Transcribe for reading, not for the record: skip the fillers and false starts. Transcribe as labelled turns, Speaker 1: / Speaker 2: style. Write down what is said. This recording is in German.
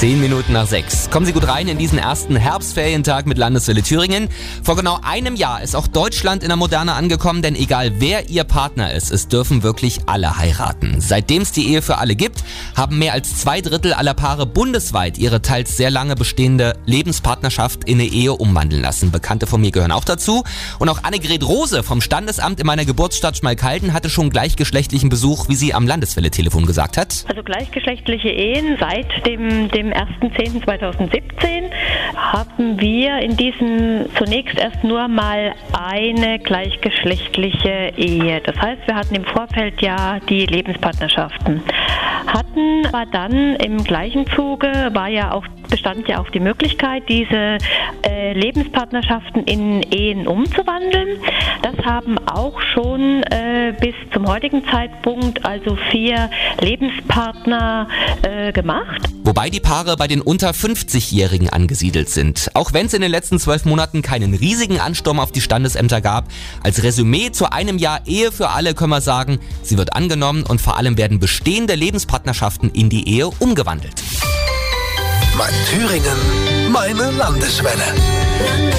Speaker 1: 6:10. Kommen Sie gut rein in diesen ersten Herbstferientag mit Landeswelle Thüringen. Vor genau einem Jahr ist auch Deutschland in der Moderne angekommen, denn egal wer Ihr Partner ist, es dürfen wirklich alle heiraten. Seitdem es die Ehe für alle gibt, haben mehr als 2/3 aller Paare bundesweit ihre teils sehr lange bestehende Lebenspartnerschaft in eine Ehe umwandeln lassen. Bekannte von mir gehören auch dazu. Und auch Annegret Rose vom Standesamt in meiner Geburtsstadt Schmalkalden hatte schon gleichgeschlechtlichen Besuch, wie sie am Landeswelle-Telefon gesagt hat.
Speaker 2: Also gleichgeschlechtliche Ehen seit dem 1.10.2017 haben wir in diesem zunächst erst nur mal eine gleichgeschlechtliche Ehe. Das heißt, wir hatten im Vorfeld ja die Lebenspartnerschaften. Hatten aber dann im gleichen Zuge bestand ja auch die Möglichkeit, diese Lebenspartnerschaften in Ehen umzuwandeln. Das haben auch schon bis zum heutigen Zeitpunkt also 4 Lebenspartner gemacht.
Speaker 1: Wobei die Paare bei den unter 50-Jährigen angesiedelt sind. Auch wenn es in den letzten 12 Monaten keinen riesigen Ansturm auf die Standesämter gab, als Resümee zu einem Jahr Ehe für alle können wir sagen, sie wird angenommen und vor allem werden bestehende Lebenspartnerschaften in die Ehe umgewandelt.
Speaker 3: Mein Thüringen, meine Landeswelle.